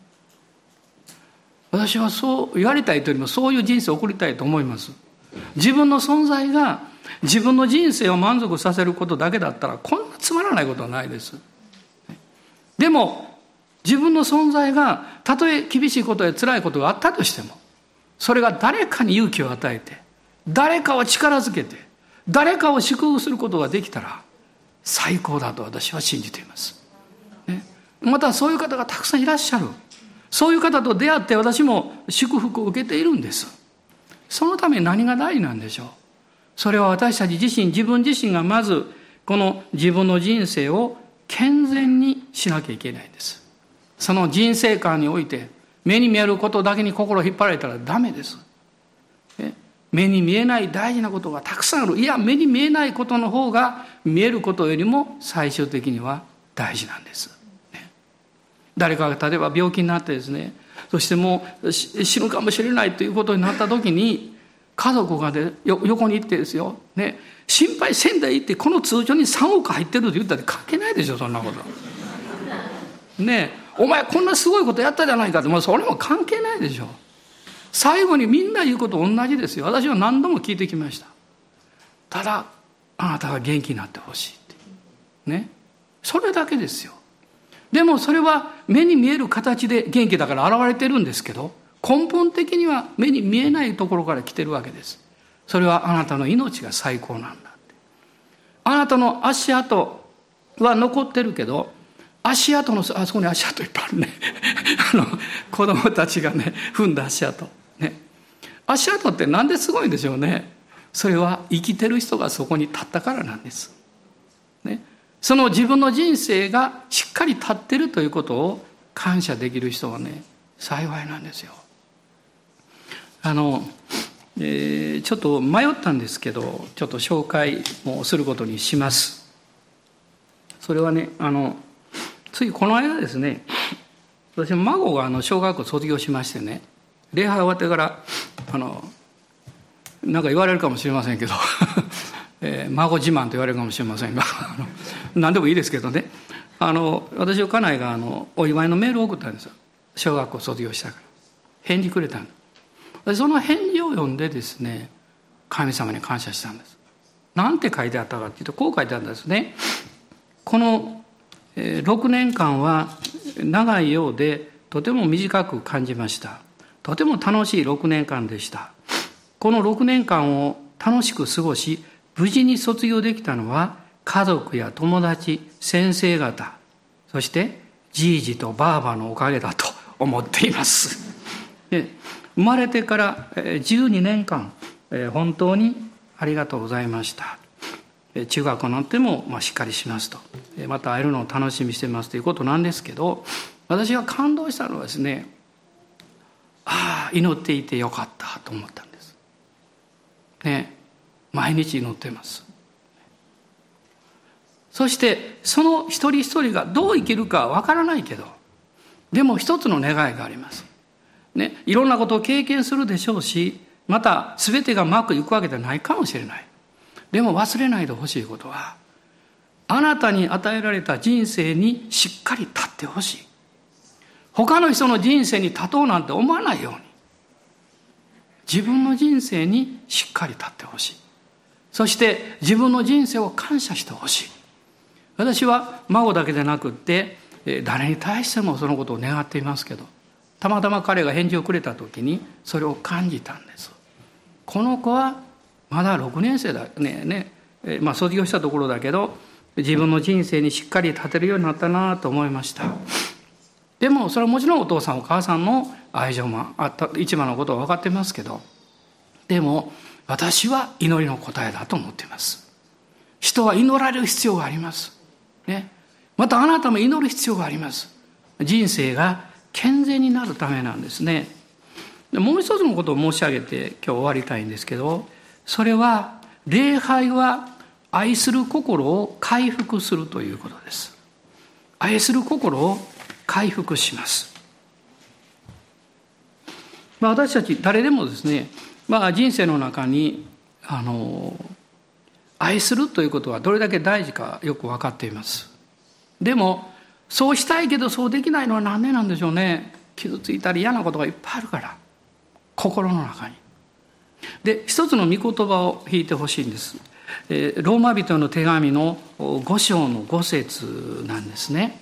私はそうやりたいというよりもそういう人生を送りたいと思います。自分の存在が自分の人生を満足させることだけだったらこんなつまらないことはないです。でも自分の存在がたとえ厳しいことや辛いことがあったとしても、それが誰かに勇気を与えて、誰かを力づけて、誰かを祝福することができたら最高だと私は信じています、ね、またそういう方がたくさんいらっしゃる。そういう方と出会って私も祝福を受けているんです。そのために何が大事なんでしょう。それは私たち自身、自分自身がまずこの自分の人生を健全にしなきゃいけないんです。その人生観において目に見えることだけに心を引っ張られたらダメです。目に見えない大事なことがたくさんある。いや、目に見えないことの方が見えることよりも最終的には大事なんです。誰かが例えば病気になってですね、そしてもう死ぬかもしれないということになった時に、家族がで横に行ってですよ、ね、心配せんでいいって、この通帳にさんおく入ってると言ったって関係ないでしょ、そんなことねえ、お前こんなすごいことやったじゃないかって、もうそれも関係ないでしょ。最後にみんな言うこと同じですよ。私は何度も聞いてきました。ただあなたが元気になってほしいってね、それだけですよ。でもそれは目に見える形で元気だから現れてるんですけど、根本的には目に見えないところから来てるわけです。それはあなたの命が最高なんだって。あなたの足跡は残ってるけど、足跡のあそこに足跡いっぱいあるねあの子供たちがね踏んだ足跡ね。足跡ってなんですごいんでしょうね。それは生きてる人がそこに立ったからなんですね。その自分の人生がしっかり立ってるということを感謝できる人はね、幸いなんですよ。あの、えー、ちょっと迷ったんですけど、ちょっと紹介もすることにします。それはね、あのついこの間ですね、私の孫があの小学校卒業しましてね、礼拝終わってからあのなんか言われるかもしれませんけどえー、孫自慢と言われるかもしれませんが何でもいいですけどね、あの私の家内があのお祝いのメールを送ったんですよ。小学校卒業したから返事くれたんです。その返事を読んでですね、神様に感謝したんです。なんて書いてあったかっていうと、こう書いてあったんですね。このろくねんかんは長いようでとても短く感じました。とても楽しいろくねんかんでした。このろくねんかんを楽しく過ごし、無事に卒業できたのは家族や友達、先生方、そしてじいじとばあばのおかげだと思っています。で、生まれてからじゅうにねんかん本当にありがとうございました。中学校になってもまあしっかりしますと、また会えるのを楽しみにしてますということなんですけど、私が感動したのはですね、ああ祈っていてよかったと思ったんですね。毎日祈っています。 そしてその一人一人がどう生きるかわからないけど、でも一つの願いがあります。ね、いろんなことを経験するでしょうし、また全てがうまくいくわけではないかもしれない。でも忘れないでほしいことは、あなたに与えられた人生にしっかり立ってほしい。他の人の人生に立とうなんて思わないように、自分の人生にしっかり立ってほしい。そして自分の人生を感謝してほしい。私は孫だけでなくって誰に対してもそのことを願っていますけど、たまたま彼が返事をくれた時にそれを感じたんです。この子はまだろくねん生だねね、えまあ卒業したところだけど自分の人生にしっかり立てるようになったなと思いました。でもそれはもちろんお父さんお母さんの愛情もあった一番のことは分かってますけど、でも私は祈りの答えだと思っています。人は祈られる必要があります、ね、またあなたも祈る必要があります。人生が健全になるためなんですね。でもう一つのことを申し上げて今日終わりたいんですけど、それは礼拝は愛する心を回復するということです。愛する心を回復します。まあ、私たち誰でもですね、まあ、人生の中にあの愛するということはどれだけ大事かよく分かっています。でもそうしたいけどそうできないのは何でなんでしょうね。傷ついたり嫌なことがいっぱいあるから、心の中に。で一つの御言葉を引いてほしいんです。えー、ローマ人の手紙のご章のご節なんですね。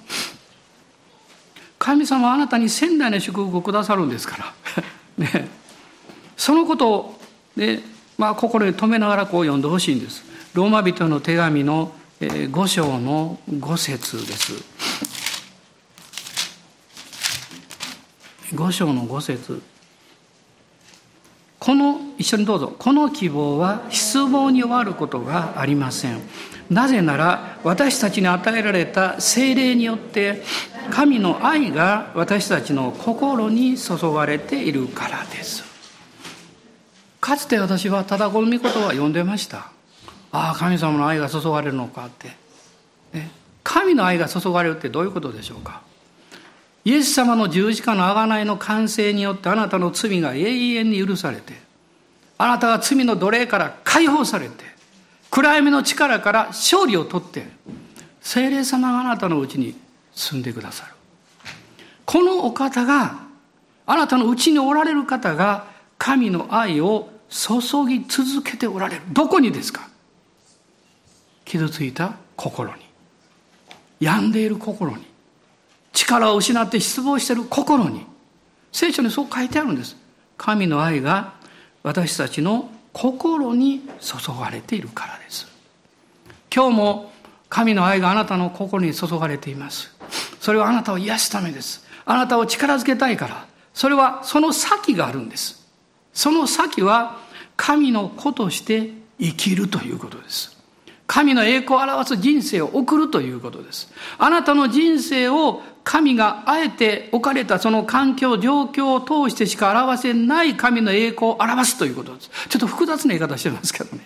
神様はあなたに千代の祝福をくださるんですから、ね、そのことを、ねまあ、心に留めながらこう読んでほしいんです。ローマ人の手紙のご章のご節です。ご章のご節。この一緒にどうぞ。この希望は失望に終わることがありません。なぜなら私たちに与えられた聖霊によって神の愛が私たちの心に注がれているからです。かつて私はただこの御言葉を読んでました。ああ、神様の愛が注がれるのかって、ね、神の愛が注がれるってどういうことでしょうか。イエス様の十字架の贖いの完成によってあなたの罪が永遠に許されて、あなたが罪の奴隷から解放されて、暗闇の力から勝利を取って、聖霊様があなたのうちに住んでくださる。このお方が、あなたのうちにおられる方が神の愛を注ぎ続けておられる。どこにですか。傷ついた心に、病んでいる心に、力を失って失望している心に。聖書にそう書いてあるんです。神の愛が私たちの心に注がれているからです。今日も神の愛があなたの心に注がれています。それはあなたを癒すためです。あなたを力づけたいから。それはその先があるんです。その先は神の子として生きるということです。神の栄光を表す人生を送るということです。あなたの人生を神があえて置かれたその環境状況を通してしか表せない神の栄光を表すということです。ちょっと複雑な言い方してますけどね。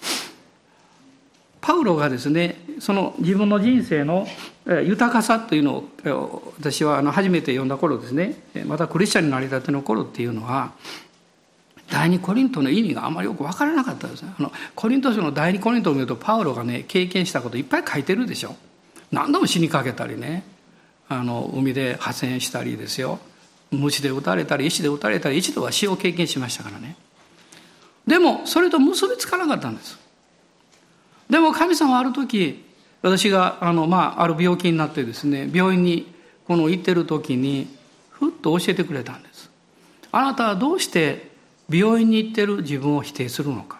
パウロがですね、その自分の人生の豊かさというのを私は初めて読んだ頃ですね、またクリスチャンになりたての頃っていうのは、第二コリントの意味があまりよく分からなかったですね。あのコリント書の第二コリントを見るとパウロがね経験したこといっぱい書いてるでしょ。何度も死にかけたりね、あの海で破船したりですよ、鞭で打たれたり石で打たれたり、一度は死を経験しましたからね。でもそれと結びつかなかったんです。でも神様はある時、私があの、まあ、ある病気になってですね、病院にこの行ってる時にふっと教えてくれたんです。あなたはどうして病院に行ってる自分を否定するのか。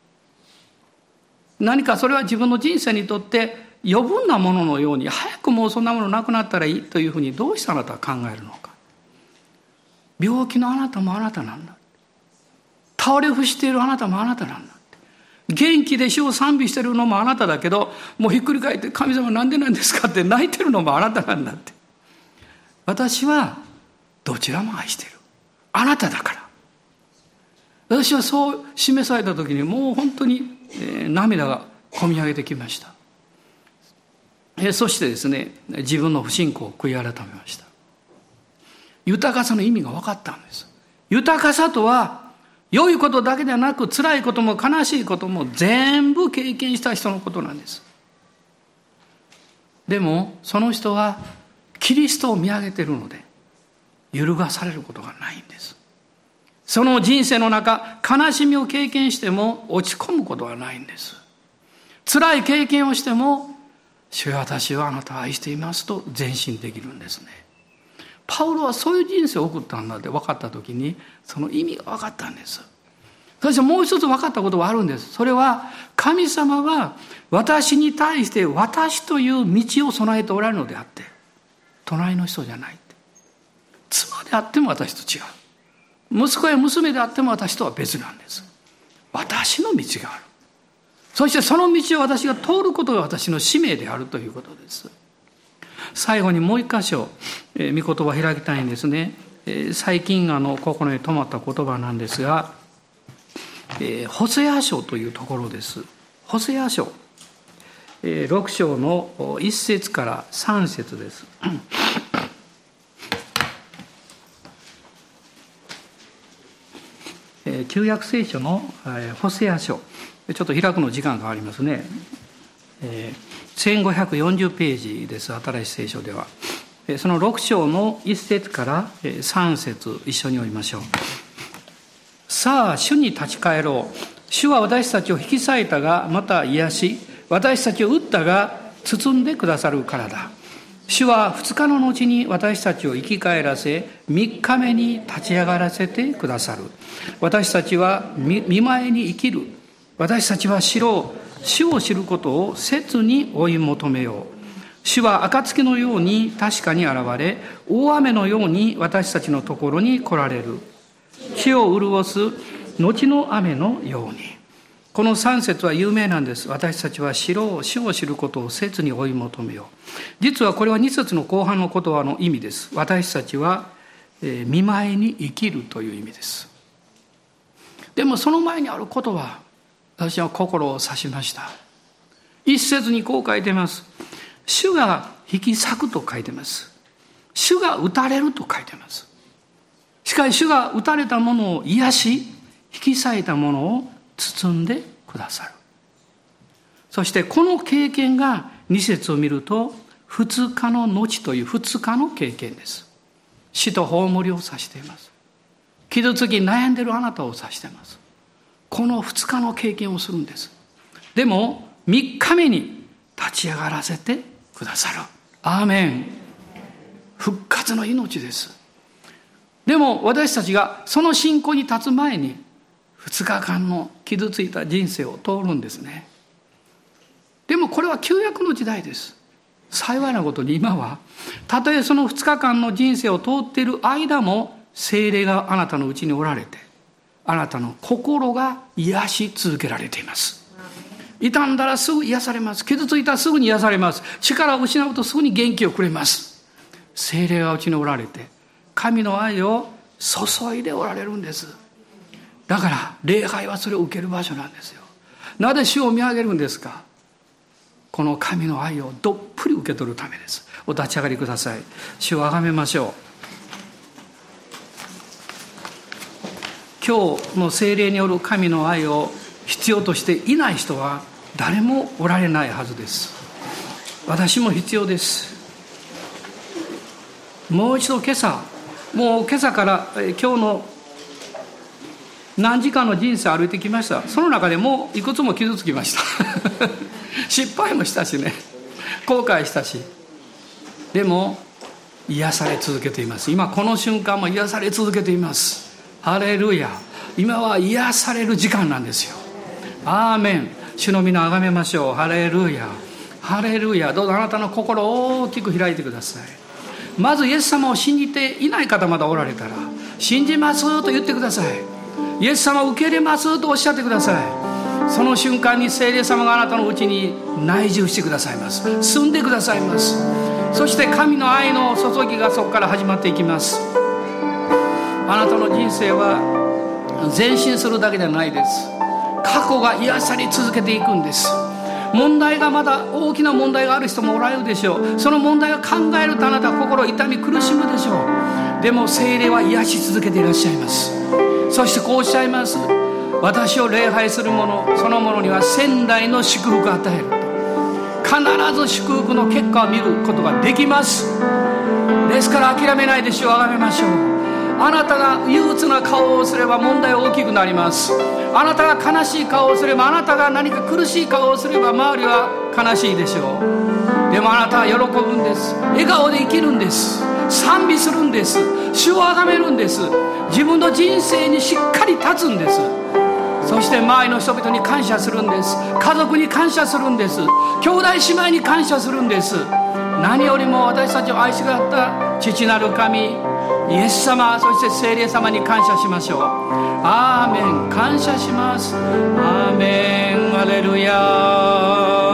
何かそれは自分の人生にとって余分なもののように、早くもうそんなものなくなったらいいというふうにどうしてあなたは考えるのか。病気のあなたもあなたなんだ。倒れ伏しているあなたもあなたなんだ。元気で主を賛美しているのもあなただけど、もうひっくり返って神様なんでなんですかって泣いてるのもあなたなんだって。私はどちらも愛している。あなただから。私はそう示された時にもう本当に涙がこみ上げてきました。 そしてですね、自分の不信仰を悔い改めました。豊かさの意味が分かったんです。豊かさとは良いことだけではなく、辛いことも悲しいことも全部経験した人のことなんです。でもその人はキリストを見上げているので揺るがされることがないんです。その人生の中、悲しみを経験しても落ち込むことはないんです。辛い経験をしても、主よ、私はあなたを愛していますと前進できるんですね。パウロはそういう人生を送ったんだって分かったときに、その意味が分かったんです。そしてもう一つ分かったことがあるんです。それは、神様は私に対して私という道を備えておられるのであって、隣の人じゃないって。妻であっても私と違う。息子や娘であっても私とは別なんです。私の道がある。そしてその道を私が通ることが私の使命であるということです。最後にもう一箇所、えー、御言葉を開きたいんですね。えー、最近あの心に留まった言葉なんですが、えー、ホセア書というところです。ホセア書、えー、ろく章のいっ節からさん節です。えー、旧約聖書の、えー、ホセア書、ちょっと開くの時間がありますね。えーせんごひゃくよんじゅうページです。新しい聖書では。そのろく章のいっ節からさん節一緒に読みましょう。さあ、主に立ち返ろう。主は私たちを引き裂いたがまた癒し、私たちを打ったが包んでくださるからだ。主は二日の後に私たちを生き返らせ、三日目に立ち上がらせてくださる。私たちは見前に生きる。私たちは知ろう。主を知ることを切に追い求めよう。主は暁のように確かに現れ、大雨のように私たちのところに来られる。地を潤す後の雨のように。このさん節は有名なんです。私たちは知ろう。主を知ることを切に追い求めよう。実はこれはに節の後半の言葉の意味です。私たちは、えー、見舞いに生きるという意味です。でもその前にある言葉、私は心を刺しました。一節にこう書いています。主が引き裂くと書いています。主が打たれると書いています。しかし主が打たれたものを癒し、引き裂いたものを包んでくださる。そしてこの経験が二節を見ると、二日の後という二日の経験です。死と葬りを指しています。傷つき悩んでいるあなたを指しています。この二日の経験をするんです。でも三日目に立ち上がらせてくださる。アーメン。復活の命です。でも私たちがその信仰に立つ前に二日間の傷ついた人生を通るんですね。でもこれは旧約の時代です。幸いなことに今はたとえその二日間の人生を通っている間も聖霊があなたのうちにおられて、あなたの心が癒し続けられています。傷んだらすぐ癒されます。傷ついたらすぐに癒されます。力を失うとすぐに元気をくれます。聖霊がうちにおられて、神の愛を注いでおられるんです。だから礼拝はそれを受ける場所なんですよ。なぜ主を見上げるんですか。この神の愛をどっぷり受け取るためです。お立ち上がりください。主をあがめましょう。今日の聖霊による神の愛を必要としていない人は誰もおられないはずです。私も必要です。もう一度今朝、もう今朝から今日の何時間の人生歩いてきました。その中でもういくつも傷つきました失敗もしたしね、後悔したし、でも癒され続けています。今この瞬間も癒され続けています。ハレルヤ。今は癒される時間なんですよ。アーメン。主の皆をあがめましょう。ハレルヤ。ハレルヤ。どうぞあなたの心を大きく開いてください。まずイエス様を信じていない方まだおられたら、信じますと言ってください。イエス様を受け入れますとおっしゃってください。その瞬間に聖霊様があなたのうちに内住してくださいます。住んでくださいます。そして神の愛の注ぎがそこから始まっていきます。あなたの人生は前進するだけではないです。過去が癒され続けていくんです。 問題がまだ大きな問題がある人もおられるでしょう。その問題を考えるとあなたは心痛み苦しむでしょう。でも聖霊は癒し続けていらっしゃいます。そしてこうおっしゃいます。私を礼拝する者、その者には仙台の祝福を与える。必ず祝福の結果を見ることができます。ですから諦めないで主を崇めましょう。あなたが憂鬱な顔をすれば問題は大きくなります。あなたが悲しい顔をすれば、あなたが何か苦しい顔をすれば周りは悲しいでしょう。でもあなたは喜ぶんです。笑顔で生きるんです。賛美するんです。主を崇めるんです。自分の人生にしっかり立つんです。そして周りの人々に感謝するんです。家族に感謝するんです。兄弟姉妹に感謝するんです。何よりも私たちを愛してくださった父なる神イエス様、そして聖霊様に感謝しましょう。アーメン。感謝します。アーメン。ハレルヤ。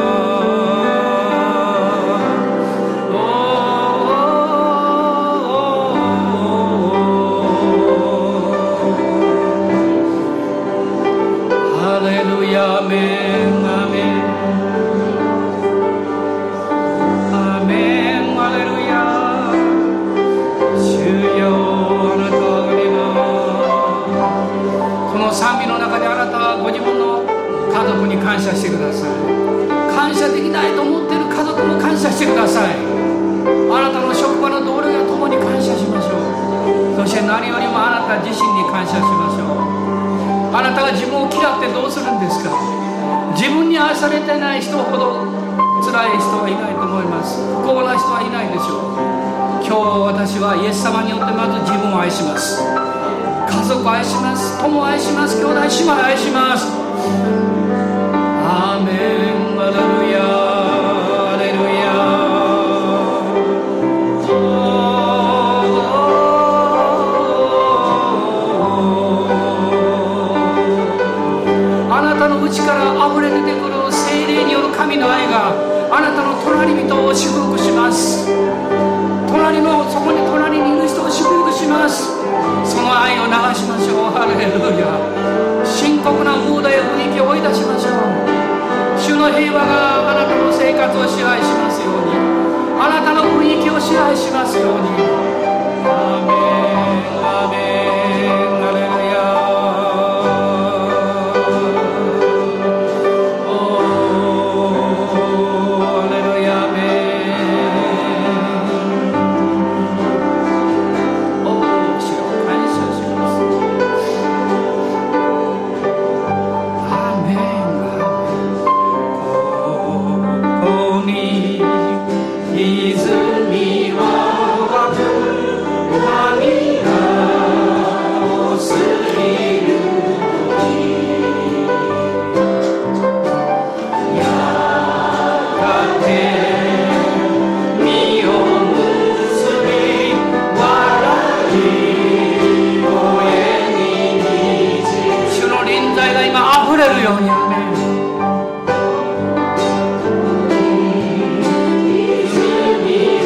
感謝してください。感謝できないと思っている家族も感謝してください。あなたの職場の同僚や共に感謝しましょう。そして何よりもあなた自身に感謝しましょう。あなたが自分を嫌ってどうするんですか。自分に愛されてない人ほど辛い人はいないと思います。不幸な人はいないでしょう。今日私はイエス様によってまず自分を愛します。家族を愛します。友を愛します。兄弟姉妹を愛します。アーメン。ハレルヤ、ハレルヤ。あなたの内から溢れ出てくる聖霊による神の愛があなたの隣人を祝福します。隣のそこに隣にいる人を祝福します。その愛を流しましょう。ハレルヤ。深刻なムードや雰囲気を追い出しましょう。主の平和があなたの生活を支配しますように、あなたの雰囲気を支配しますように。アーメン、アーメン、ハレルヤ。おー、ハレルヤ、アーメン。おー、主を感謝します。アーメン。泉は湧く神がおすぎるやがて実を結び笑い声に満ち、主の臨在が今あふれるように。アーメン。泉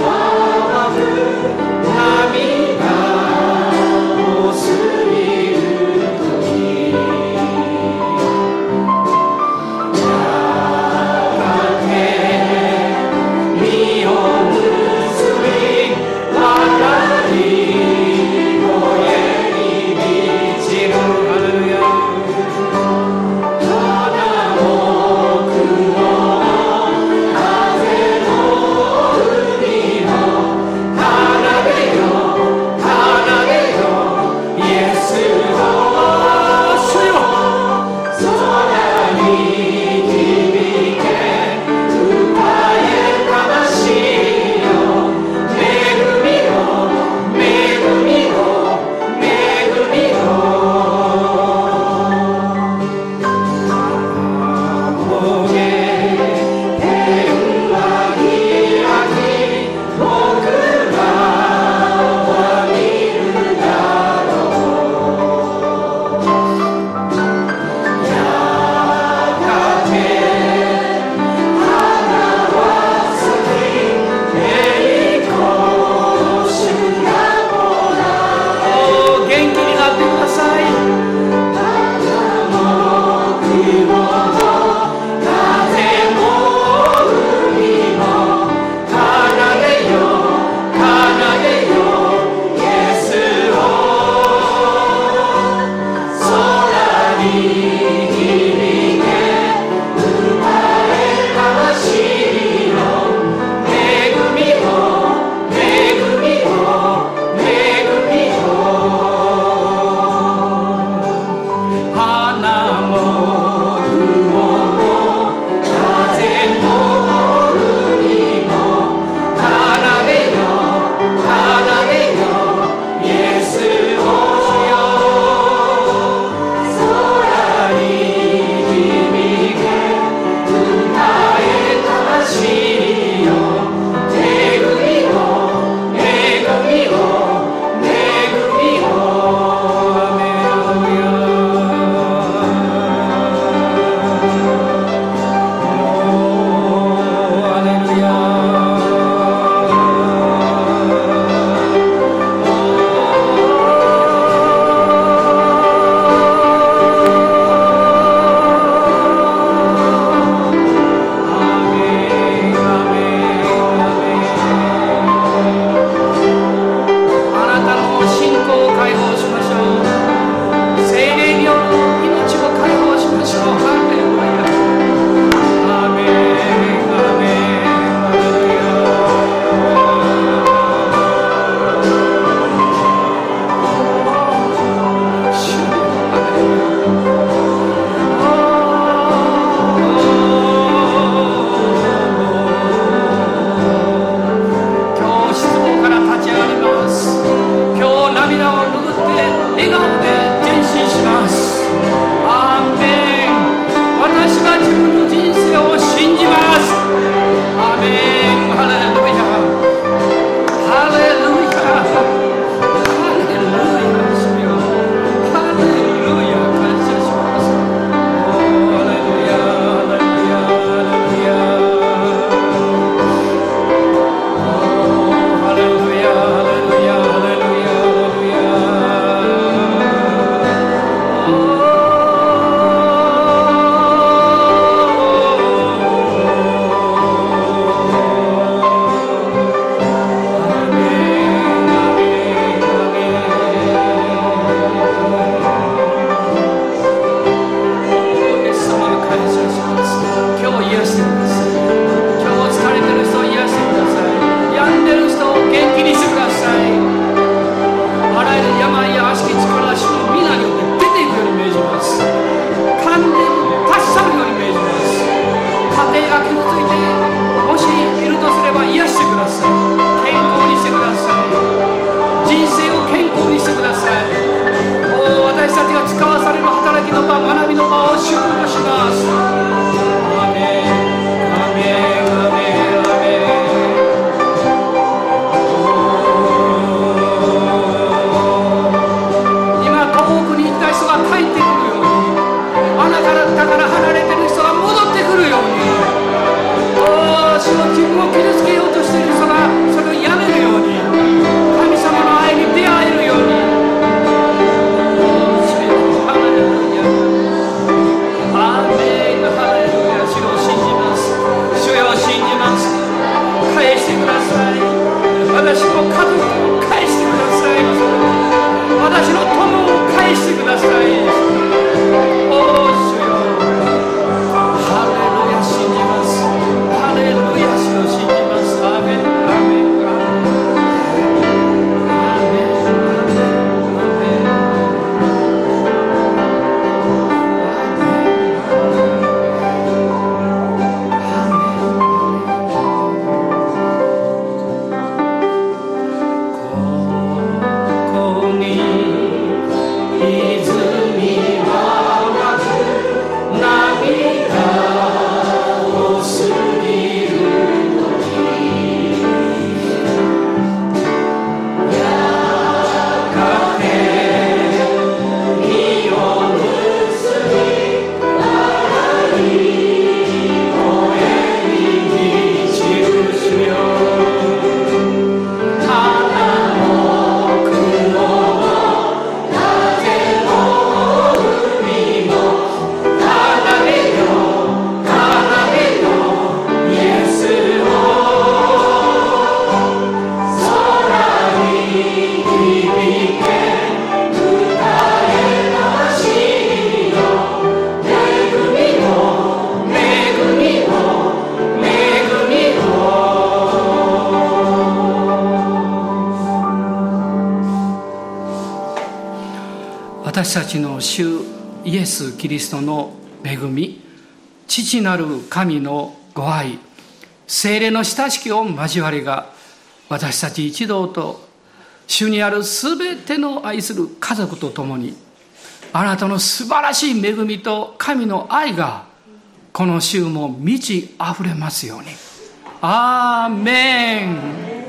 私たちの主イエス・キリストの恵み、父なる神のご愛、聖霊の親しき御交わりが私たち一同と主にあるすべての愛する家族と共に、あなたの素晴らしい恵みと神の愛がこの週も満ち溢れますように。アーメン。